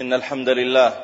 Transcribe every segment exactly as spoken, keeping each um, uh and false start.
إن الحمد لله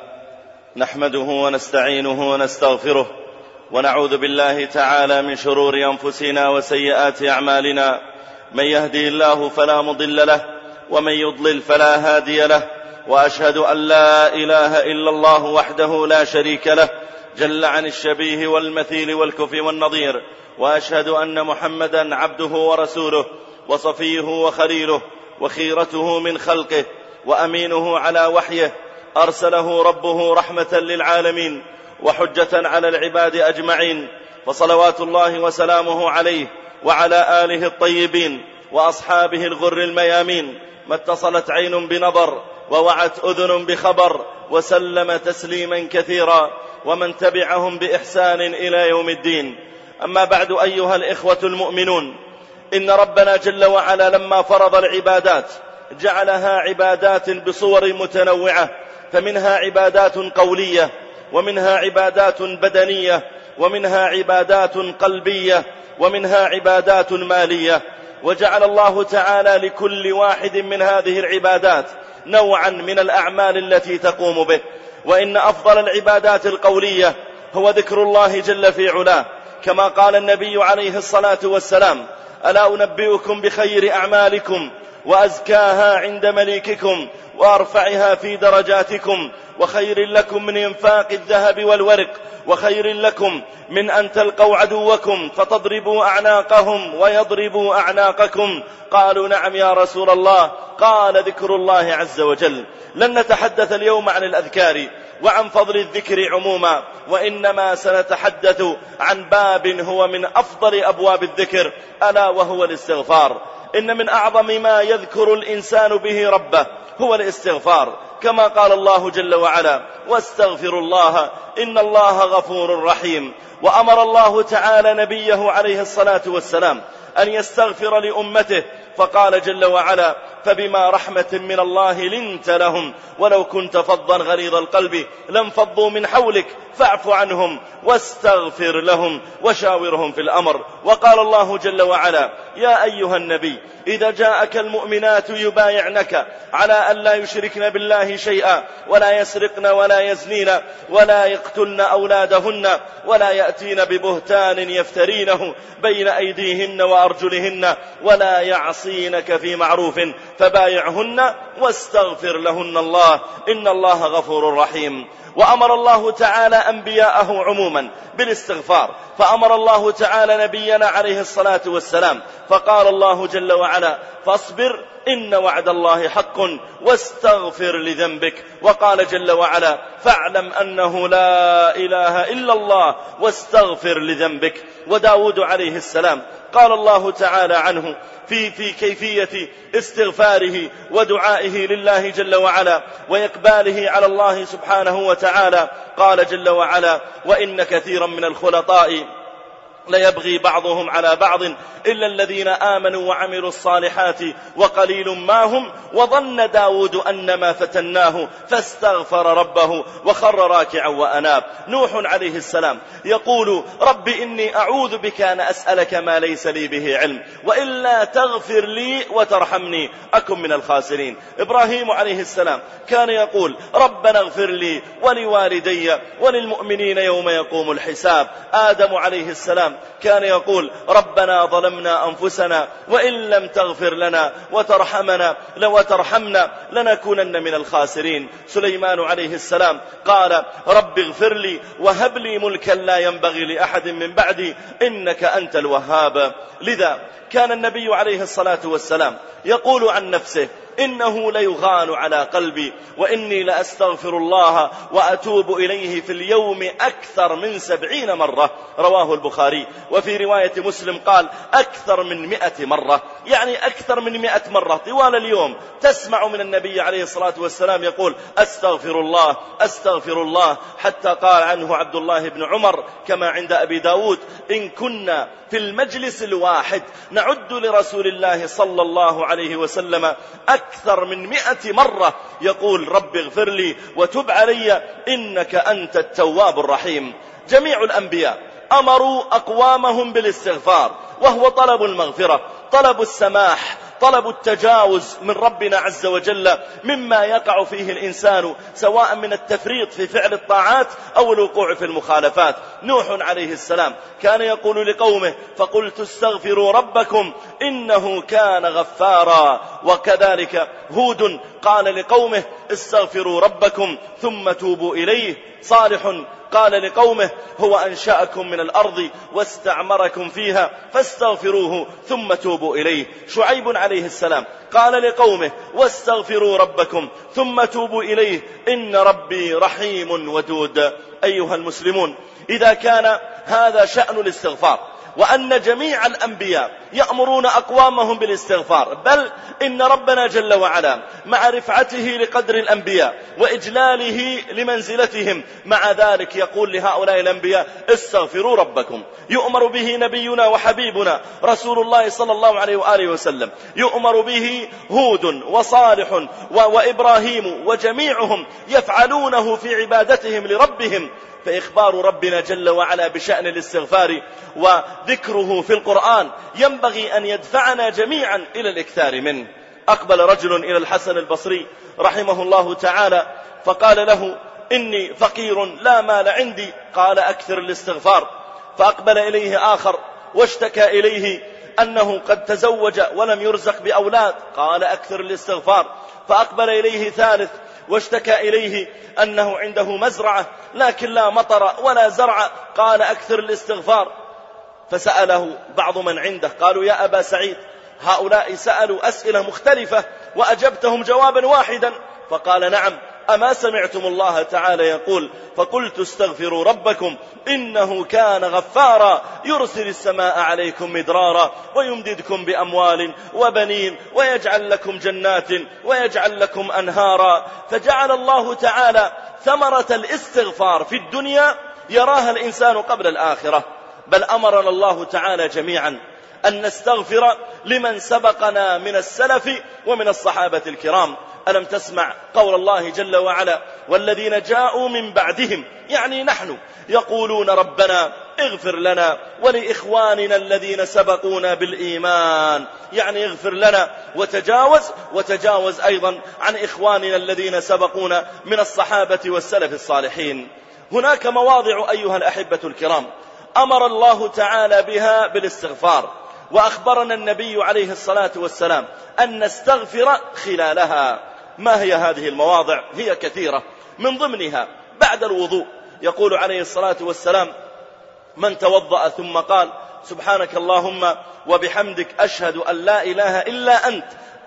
نحمده ونستعينه ونستغفره ونعوذ بالله تعالى من شرور أنفسنا وسيئات أعمالنا. من يهدي الله فلا مضل له ومن يضلل فلا هادي له، وأشهد أن لا إله إلا الله وحده لا شريك له جل عن الشبيه والمثيل والكفء والنظير، وأشهد أن محمدا عبده ورسوله وصفيه وخليله وخيرته من خلقه وأمينه على وحيه، أرسله ربه رحمة للعالمين وحجة على العباد أجمعين، فصلوات الله وسلامه عليه وعلى آله الطيبين وأصحابه الغر الميامين، ما اتصلت عين بنظر ووعت أذن بخبر، وسلم تسليما كثيرا، ومن تبعهم بإحسان إلى يوم الدين. أما بعد، أيها الإخوة المؤمنون، إن ربنا جل وعلا لما فرض العبادات جعلها عبادات بصور متنوعة، فمنها عبادات قولية، ومنها عبادات بدنية، ومنها عبادات قلبية، ومنها عبادات مالية. وجعل الله تعالى لكل واحد من هذه العبادات نوعا من الأعمال التي تقوم به. وإن أفضل العبادات القولية هو ذكر الله جل في علاه، كما قال النبي عليه الصلاة والسلام: ألا أنبئكم بخير أعمالكم وأزكاها عند مليككم وأرفعها في درجاتكم، وخير لكم من إنفاق الذهب والورق، وخير لكم من أن تلقوا عدوكم فتضربوا أعناقهم ويضربوا أعناقكم. قالوا: نعم يا رسول الله. قال: ذكر الله عز وجل. لن نتحدث اليوم عن الأذكار وعن فضل الذكر عموما، وإنما سنتحدث عن باب هو من أفضل أبواب الذكر، ألا وهو الاستغفار. إن من أعظم ما يذكر الإنسان به ربه هو الاستغفار، كما قال الله جل وعلا: واستغفروا الله إن الله غفور رحيم. وأمر الله تعالى نبيه عليه الصلاة والسلام أن يستغفر لأمته، فقال جل وعلا: فبما رحمة من الله لنت لهم ولو كنت فظا غليظ القلب لانفضوا من حولك فاعف عنهم واستغفر لهم وشاورهم في الأمر. وقال الله جل وعلا: يا أيها النبي إذا جاءك المؤمنات يبايعنك على أن لا يشركن بالله شيئا ولا يسرقن ولا يزنين ولا يقتلن أولادهن ولا يأتين ببهتان يفترينه بين أيديهن وأرجلهن ولا يعصينك في معروف فبايعهن واستغفر لهن الله إن الله غفور رحيم. وأمر الله تعالى أنبياءه عموما بالاستغفار، فأمر الله تعالى نبينا عليه الصلاة والسلام، فقال الله جل وعلا: فاصبر إن وعد الله حق واستغفر لذنبك. وقال جل وعلا: فاعلم أنه لا إله إلا الله واستغفر لذنبك. وداود عليه السلام قال الله تعالى عنه في, في كيفية استغفاره ودعائه لله جل وعلا وإقباله على الله سبحانه وتعالى، قال جل وعلا: وإن كثيرا من الخلطاء ليبغي بعضهم على بعض إلا الذين آمنوا وعملوا الصالحات وقليل ما هم وظن داود أنما فتناه فاستغفر ربه وخر راكعا وأناب. نوح عليه السلام يقول: رب إني أعوذ بك أن أسألك ما ليس لي به علم وإلا تغفر لي وترحمني أكن من الخاسرين. إبراهيم عليه السلام كان يقول: ربنا اغفر لي ولوالدي وللمؤمنين يوم يقوم الحساب. آدم عليه السلام كان يقول: ربنا ظلمنا أنفسنا وإن لم تغفر لنا وترحمنا وترحمنا لنكونن من الخاسرين. سليمان عليه السلام قال: رب اغفر لي وهب لي ملكا لا ينبغي لأحد من بعدي إنك أنت الوهاب. لذا كان النبي عليه الصلاة والسلام يقول عن نفسه: إنه ليغان على قلبي وإني لأستغفر الله وأتوب إليه في اليوم أكثر من سبعين مرة. رواه البخاري. وفي رواية مسلم قال: أكثر من مئة مرة، يعني أكثر من مئة مرة طوال اليوم تسمع من النبي عليه الصلاة والسلام يقول: أستغفر الله أستغفر الله، حتى قال عنه عبد الله بن عمر كما عند أبي داود: إن كنا في المجلس الواحد نعد لرسول الله صلى الله عليه وسلم أكثر من مئة مرة يقول: رب اغفر لي وتب علي إنك أنت التواب الرحيم. جميع الأنبياء أمروا أقوامهم بالاستغفار، وهو طلب المغفرة، طلب السماح، طلب التجاوز من ربنا عز وجل مما يقع فيه الإنسان سواء من التفريط في فعل الطاعات أو الوقوع في المخالفات. نوح عليه السلام كان يقول لقومه فقلت استغفروا ربكم إنه كان غفارا. وكذلك هود قال لقومه استغفروا ربكم ثم توبوا إليه. صالح قال لقومه هو أنشأكم من الأرض واستعمركم فيها فاستغفروه ثم توبوا إليه. شعيب عليه السلام قال لقومه واستغفروا ربكم ثم توبوا إليه إن ربي رحيم ودود. أيها المسلمون، إذا كان هذا شأن الاستغفار وأن جميع الأنبياء يأمرون أقوامهم بالاستغفار، بل إن ربنا جل وعلا مع رفعته لقدر الأنبياء وإجلاله لمنزلتهم مع ذلك يقول لهؤلاء الأنبياء استغفروا ربكم. يؤمر به نبينا وحبيبنا رسول الله صلى الله عليه وآله وسلم، يؤمر به هود وصالح وإبراهيم وجميعهم يفعلونه في عبادتهم لربهم. فإخبار ربنا جل وعلا بشأن الاستغفار وذكره في القرآن ينبغي أن يدفعنا جميعا إلى الإكثار منه. أقبل رجل إلى الحسن البصري رحمه الله تعالى فقال له إني فقير لا مال عندي، قال أكثر الاستغفار. فأقبل إليه آخر واشتكى إليه أنه قد تزوج ولم يرزق بأولاد، قال أكثر الاستغفار. فأقبل إليه ثالث واشتكى إليه أنه عنده مزرعة لكن لا مطر ولا زرع، قال أكثر الاستغفار. فسأله بعض من عنده قالوا يا أبا سعيد هؤلاء سألوا أسئلة مختلفة وأجبتهم جوابا واحدا. فقال نعم، أما سمعتم الله تعالى يقول فقلت استغفروا ربكم إنه كان غفارا يرسل السماء عليكم مدرارا ويمددكم بأموال وبنين ويجعل لكم جنات ويجعل لكم أنهارا. فجعل الله تعالى ثمرة الاستغفار في الدنيا يراها الإنسان قبل الآخرة، بل أمرنا الله تعالى جميعا أن نستغفر لمن سبقنا من السلف ومن الصحابة الكرام. ألم تسمع قول الله جل وعلا والذين جاءوا من بعدهم، يعني نحن، يقولون ربنا اغفر لنا ولإخواننا الذين سبقونا بالإيمان، يعني اغفر لنا وتجاوز وتجاوز أيضا عن إخواننا الذين سبقونا من الصحابة والسلف الصالحين. هناك مواضع أيها الأحبة الكرام أمر الله تعالى بها بالاستغفار، وأخبرنا النبي عليه الصلاة والسلام أن نستغفر خلالها. ما هي هذه المواضع؟ هي كثيرة، من ضمنها بعد الوضوء يقول عليه الصلاة والسلام من توضأ ثم قال سبحانك اللهم وبحمدك أشهد أن لا إله إلا أنت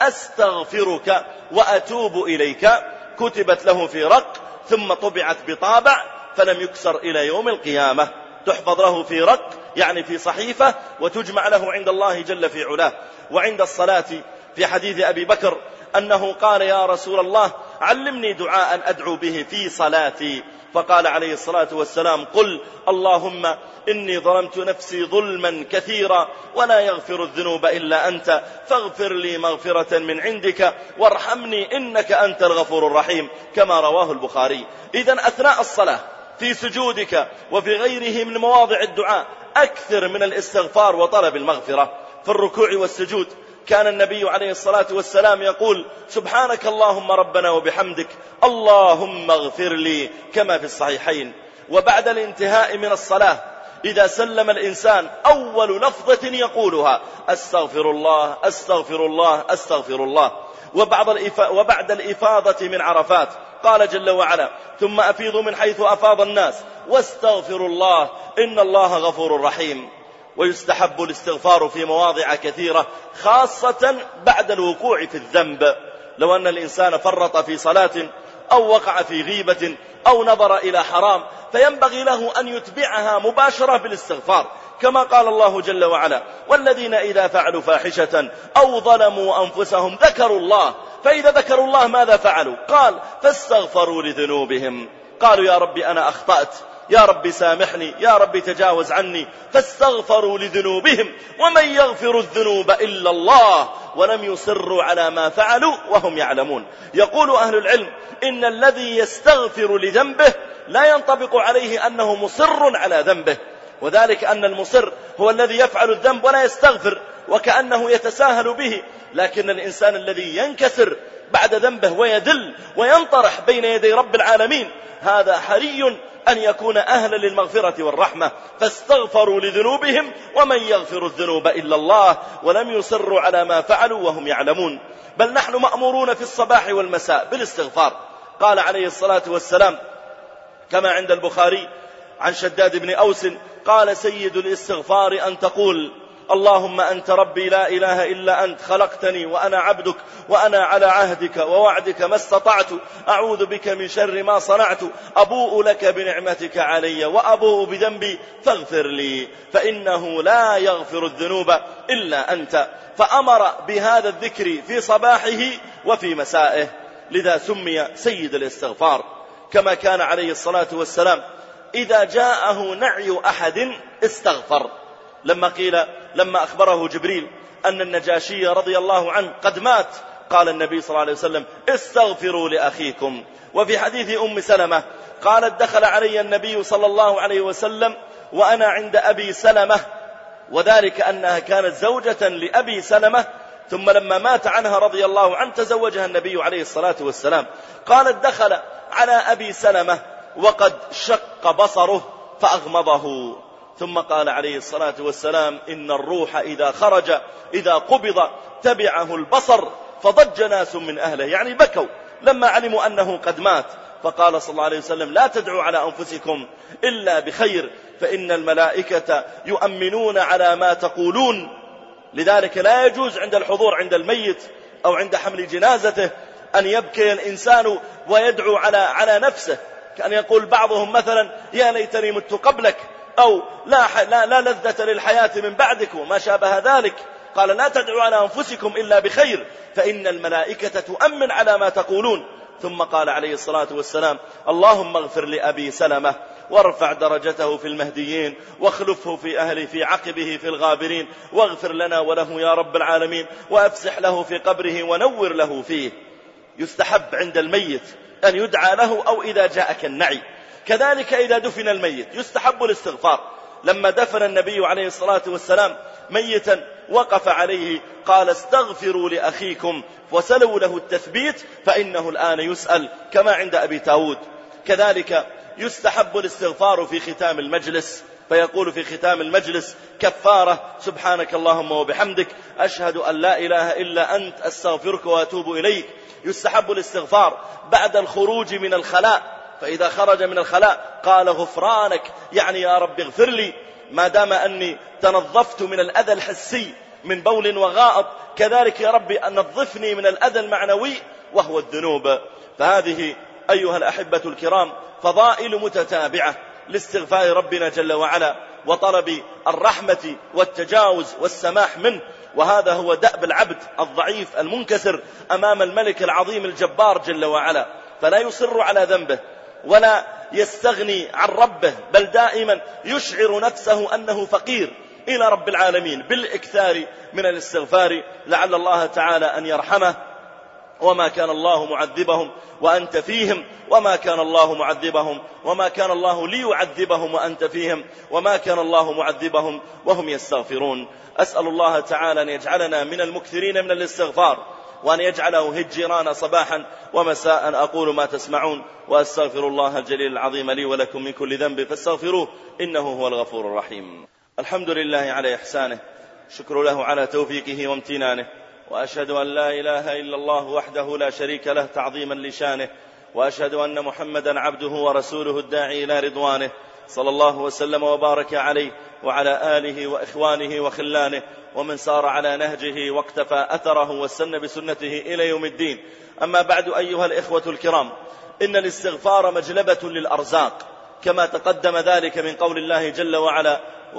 أستغفرك وأتوب إليك كتبت له في رق ثم طبعت بطابع فلم يكسر إلى يوم القيامة. تحفظ له في رق يعني في صحيفة وتجمع له عند الله جل في علاه. وعند الصلاة في حديث أبي بكر أنه قال يا رسول الله علمني دعاء أدعو به في صلاتي، فقال عليه الصلاة والسلام قل اللهم إني ظلمت نفسي ظلما كثيرا ولا يغفر الذنوب إلا أنت فاغفر لي مغفرة من عندك وارحمني إنك أنت الغفور الرحيم، كما رواه البخاري. إذن أثناء الصلاة في سجودك وفي غيره من مواضع الدعاء أكثر من الاستغفار وطلب المغفرة. في الركوع والسجود كان النبي عليه الصلاة والسلام يقول سبحانك اللهم ربنا وبحمدك اللهم اغفر لي، كما في الصحيحين. وبعد الانتهاء من الصلاة إذا سلم الإنسان أول لفظة يقولها أستغفر الله أستغفر الله أستغفر الله. وبعد الإفاضة من عرفات قال جل وعلا ثم أفيضوا من حيث أفاض الناس واستغفروا الله إن الله غفور رحيم. ويستحب الاستغفار في مواضع كثيرة، خاصة بعد الوقوع في الذنب. لو أن الإنسان فرط في صلاة أو وقع في غيبة أو نظر إلى حرام فينبغي له أن يتبعها مباشرة بالاستغفار، كما قال الله جل وعلا والذين إذا فعلوا فاحشة أو ظلموا أنفسهم ذكروا الله، فإذا ذكروا الله ماذا فعلوا؟ قال فاستغفروا لذنوبهم، قالوا يا ربي أنا أخطأت، يا ربي سامحني، يا ربي تجاوز عني، فاستغفروا لذنوبهم ومن يغفر الذنوب إلا الله ولم يصروا على ما فعلوا وهم يعلمون. يقول أهل العلم إن الذي يستغفر لذنبه لا ينطبق عليه أنه مصر على ذنبه، وذلك أن المصر هو الذي يفعل الذنب ولا يستغفر وكأنه يتساهل به، لكن الإنسان الذي ينكسر بعد ذنبه ويدل وينطرح بين يدي رب العالمين هذا حري أن يكون أهلا للمغفرة والرحمة. فاستغفروا لذنوبهم ومن يغفر الذنوب إلا الله ولم يصروا على ما فعلوا وهم يعلمون. بل نحن مأمورون في الصباح والمساء بالاستغفار. قال عليه الصلاة والسلام كما عند البخاري عن شداد بن أوس قال سيد الاستغفار أن تقول اللهم أنت ربي لا إله إلا أنت خلقتني وأنا عبدك وأنا على عهدك ووعدك ما استطعت أعوذ بك من شر ما صنعت أبوء لك بنعمتك علي وأبوء بذنبي فاغفر لي فإنه لا يغفر الذنوب إلا أنت. فأمر بهذا الذكر في صباحه وفي مسائه، لذا سمي سيد الاستغفار. كما كان عليه الصلاة والسلام إذا جاءه نعي أحد استغفر. لما قيل لما أخبره جبريل أن النجاشي رضي الله عنه قد مات قال النبي صلى الله عليه وسلم استغفروا لأخيكم. وفي حديث أم سلمة قالت دخل علي النبي صلى الله عليه وسلم وأنا عند أبي سلمة، وذلك أنها كانت زوجة لأبي سلمة ثم لما مات عنها رضي الله عنه تزوجها النبي عليه الصلاة والسلام. قالت دخل على أبي سلمة وقد شق بصره فأغمضه، ثم قال عليه الصلاة والسلام إن الروح إذا خرج إذا قبض تبعه البصر فضج ناس من أهله، يعني بكوا لما علموا أنه قد مات. فقال صلى الله عليه وسلم لا تدعوا على أنفسكم إلا بخير فإن الملائكة يؤمنون على ما تقولون. لذلك لا يجوز عند الحضور عند الميت أو عند حمل جنازته أن يبكي الإنسان ويدعو على على نفسه، كأن يقول بعضهم مثلا يا ليتني مت قبلك أو لا, لا, لا لذة للحياة من بعدك وما شابه ذلك. قال لا تدعوا على أنفسكم إلا بخير فإن الملائكة تؤمن على ما تقولون. ثم قال عليه الصلاة والسلام اللهم اغفر لأبي سلمة وارفع درجته في المهديين واخلفه في أهله في عقبه في الغابرين واغفر لنا وله يا رب العالمين وأفسح له في قبره ونور له فيه. يستحب عند الميت أن يدعى له أو إذا جاءك النعي. كذلك إذا دفن الميت يستحب الاستغفار. لما دفن النبي عليه الصلاة والسلام ميتا وقف عليه قال استغفروا لأخيكم وسلوا له التثبيت فإنه الآن يسأل كما عند أبي داود. كذلك يستحب الاستغفار في ختام المجلس، فيقول في ختام المجلس كفارة سبحانك اللهم وبحمدك أشهد أن لا إله إلا أنت أستغفرك وأتوب إليك. يستحب الاستغفار بعد الخروج من الخلاء، فإذا خرج من الخلاء قال غفرانك يعني يا رب اغفر لي ما دام أني تنظفت من الأذى الحسي من بول وغائط، كذلك يا رب أن نظفني من الأذى المعنوي وهو الذنوب. فهذه أيها الأحبة الكرام فضائل متتابعة لاستغفار ربنا جل وعلا وطلب الرحمة والتجاوز والسماح منه. وهذا هو دأب العبد الضعيف المنكسر أمام الملك العظيم الجبار جل وعلا، فلا يصر على ذنبه ولا يستغني عن ربه، بل دائما يشعر نفسه أنه فقير إلى رب العالمين بالإكثار من الاستغفار لعل الله تعالى أن يرحمه. وما كان الله معذبهم وأنت فيهم وما كان الله معذبهم وما كان الله ليعذبهم وأنت فيهم وما كان الله معذبهم وهم يستغفرون. أسأل الله تعالى أن يجعلنا من المكثرين من الاستغفار وأن يجعله هجرانا صباحا ومساء. أقول ما تسمعون وأستغفر الله الجليل العظيم لي ولكم من كل ذنب فاستغفروه إنه هو الغفور الرحيم. الحمد لله على إحسانه، شكر له على توفيقه وامتنانه، وأشهد أن لا إله إلا الله وحده لا شريك له تعظيما لشانه، وأشهد أن محمدا عبده ورسوله الداعي إلى رضوانه صلى الله وسلم وبارك عليه وعلى آله وإخوانه وخلانه ومن سار على نهجه واقتفى أثره واستنى بسنته إلى يوم الدين. أما بعد أيها الإخوة الكرام، إن الاستغفار مجلبة للأرزاق كما تقدم ذلك من قول الله جل وعلا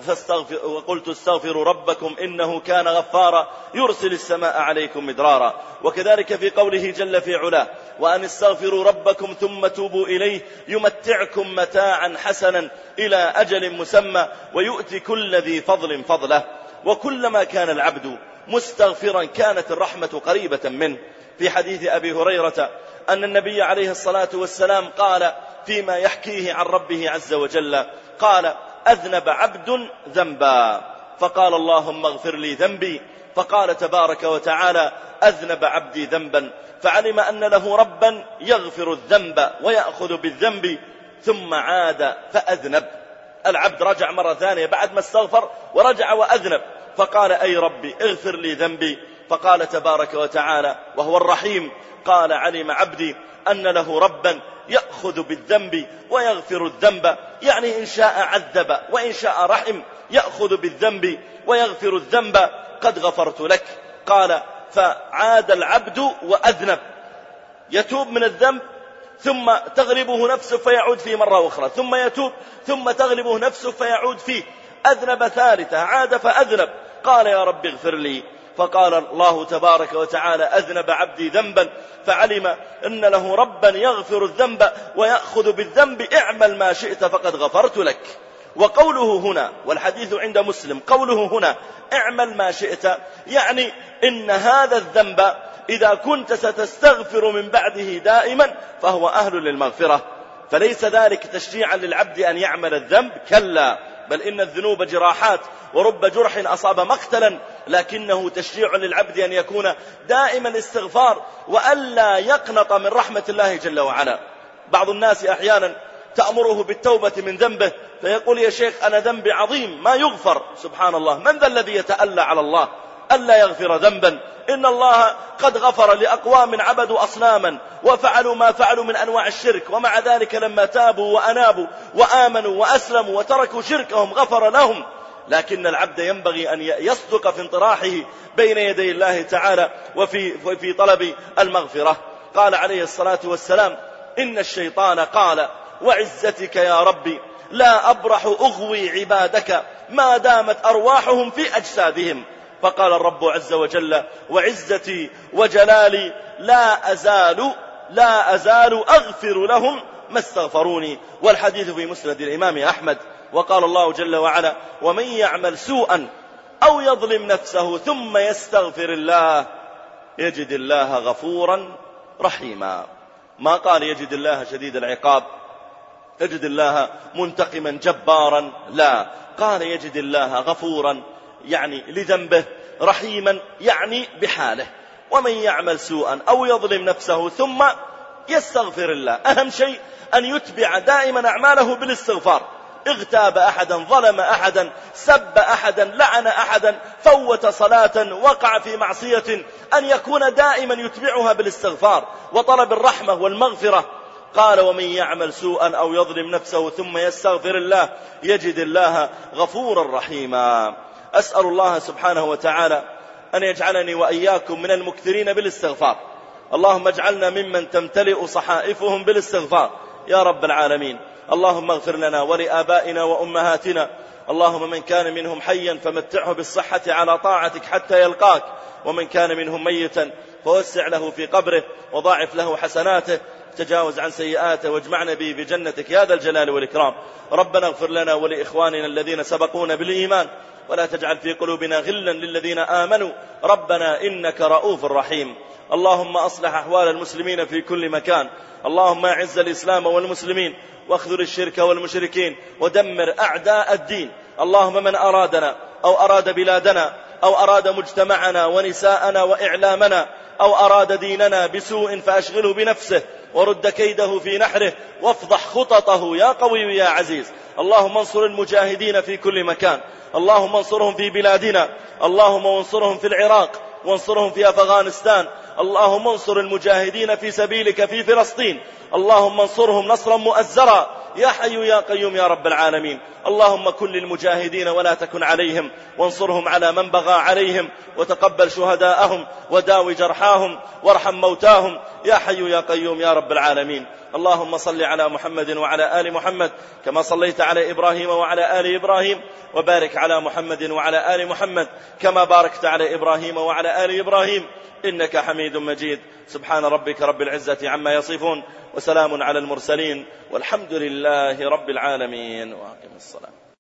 وقلت استغفروا ربكم إنه كان غفارا يرسل السماء عليكم مدرارا. وكذلك في قوله جل في علاه وأن استغفروا ربكم ثم توبوا إليه يمتعكم متاعا حسنا إلى أجل مسمى ويؤتي كل ذي فضل فضله. وكلما كان العبد مستغفرا كانت الرحمة قريبة منه. في حديث أبي هريرة أن النبي عليه الصلاة والسلام قال فيما يحكيه عن ربه عز وجل قال أذنب عبد ذنبا فقال اللهم اغفر لي ذنبي فقال تبارك وتعالى: أذنب عبدي ذنبا فعلم أن له ربا يغفر الذنب ويأخذ بالذنب ثم عاد فأذنب. العبد رجع مرة ثانية بعد ما استغفر ورجع وأذنب، فقال: أي ربي اغفر لي ذنبي. فقال تبارك وتعالى وهو الرحيم: قال علم عبدي أن له ربا يأخذ بالذنب ويغفر الذنب، يعني إن شاء عذب وإن شاء رحم. يأخذ بالذنب ويغفر الذنب، قد غفرت لك. قال: فعاد العبد وأذنب، يتوب من الذنب ثم تغلبه نفسه فيعود فيه مرة أخرى، ثم يتوب ثم تغلبه نفسه فيعود فيه. أذنب ثالثة، عاد فأذنب. قال: يا رب اغفر لي. فقال الله تبارك وتعالى: أذنب عبدي ذنبا فعلم أن له ربا يغفر الذنب ويأخذ بالذنب، اعمل ما شئت فقد غفرت لك. وقوله هنا، والحديث عند مسلم، قوله هنا اعمل ما شئت، يعني إن هذا الذنب إذا كنت ستستغفر من بعده دائما فهو أهل للمغفرة. فليس ذلك تشجيعا للعبد أن يعمل الذنب، كلا، بل إن الذنوب جراحات ورب جرح أصاب مقتلا، لكنه تشجيع للعبد أن يكون دائما استغفار وألا يقنط من رحمة الله جل وعلا. بعض الناس أحيانا تأمره بالتوبة من ذنبه فيقول: يا شيخ أنا ذنبي عظيم ما يغفر. سبحان الله، من ذا الذي يتألى على الله ألا يغفر ذنبا؟ إن الله قد غفر لأقوام عبدوا أصناما وفعلوا ما فعلوا من أنواع الشرك، ومع ذلك لما تابوا وأنابوا وآمنوا وأسلموا وتركوا شركهم غفر لهم. لكن العبد ينبغي أن يصدق في انطراحه بين يدي الله تعالى وفي في طلب المغفرة. قال عليه الصلاة والسلام: إن الشيطان قال: وعزتك يا ربي لا أبرح أغوي عبادك ما دامت أرواحهم في أجسادهم. فقال الرب عز وجل: وعزتي وجلالي لا أزال لا أزال أغفر لهم ما استغفروني. والحديث في مسند الإمام أحمد. وقال الله جل وعلا: ومن يعمل سوءا أو يظلم نفسه ثم يستغفر الله يجد الله غفورا رحيما. ما قال يجد الله شديد العقاب، يجد الله منتقما جبارا، لا، قال يجد الله غفورا يعني لذنبه، رحيما يعني بحاله. ومن يعمل سوءا أو يظلم نفسه ثم يستغفر الله. أهم شيء أن يتبع دائما أعماله بالاستغفار. اغتاب أحدا، ظلم أحدا، سب أحدا، لعن أحدا، فوت صلاة، وقع في معصية، أن يكون دائما يتبعها بالاستغفار وطلب الرحمة والمغفرة. قال: ومن يعمل سوءا أو يظلم نفسه ثم يستغفر الله يجد الله غفورا رحيما. أسأل الله سبحانه وتعالى أن يجعلني وإياكم من المكثرين بالاستغفار. اللهم اجعلنا ممن تمتلئ صحائفهم بالاستغفار يا رب العالمين. اللهم اغفر لنا ولآبائنا وأمهاتنا. اللهم من كان منهم حيا فمتعه بالصحة على طاعتك حتى يلقاك، ومن كان منهم ميتا فوسع له في قبره وضاعف له حسناته، تجاوز عن سيئاته، واجمعنا به بجنتك يا ذا الجلال والإكرام. ربنا اغفر لنا ولإخواننا الذين سبقونا بالإيمان، ولا تجعل في قلوبنا غلا للذين آمنوا ربنا إنك رؤوف رحيم. اللهم أصلح أحوال المسلمين في كل مكان. اللهم أعز الإسلام والمسلمين واخذل الشرك والمشركين ودمر أعداء الدين. اللهم من أرادنا أو أراد بلادنا أو أراد مجتمعنا ونساءنا وإعلامنا أو أراد ديننا بسوء فأشغله بنفسه ورد كيده في نحره وافضح خططه يا قوي يا عزيز. اللهم انصر المجاهدين في كل مكان. اللهم انصرهم في بلادنا. اللهم انصرهم في العراق، وانصرهم في أفغانستان. اللهم انصر المجاهدين في سبيلك في فلسطين. اللهم انصرهم نصرا مؤزرا يا حي يا قيوم يا رب العالمين. اللهم كن للمجاهدين ولا تكن عليهم، وانصرهم على من بغى عليهم، وتقبل شهداءهم وداوي جرحاهم وارحم موتاهم يا حي يا قيوم يا رب العالمين. اللهم صل على محمد وعلى آل محمد كما صليت على إبراهيم وعلى آل إبراهيم، وبارك على محمد وعلى آل محمد كما باركت على إبراهيم وعلى آل إبراهيم إنك حميد مجيد. سبحان ربك رب العزة عما يصفون، وسلام على المرسلين، والحمد لله رب العالمين. وأقم الصلاة.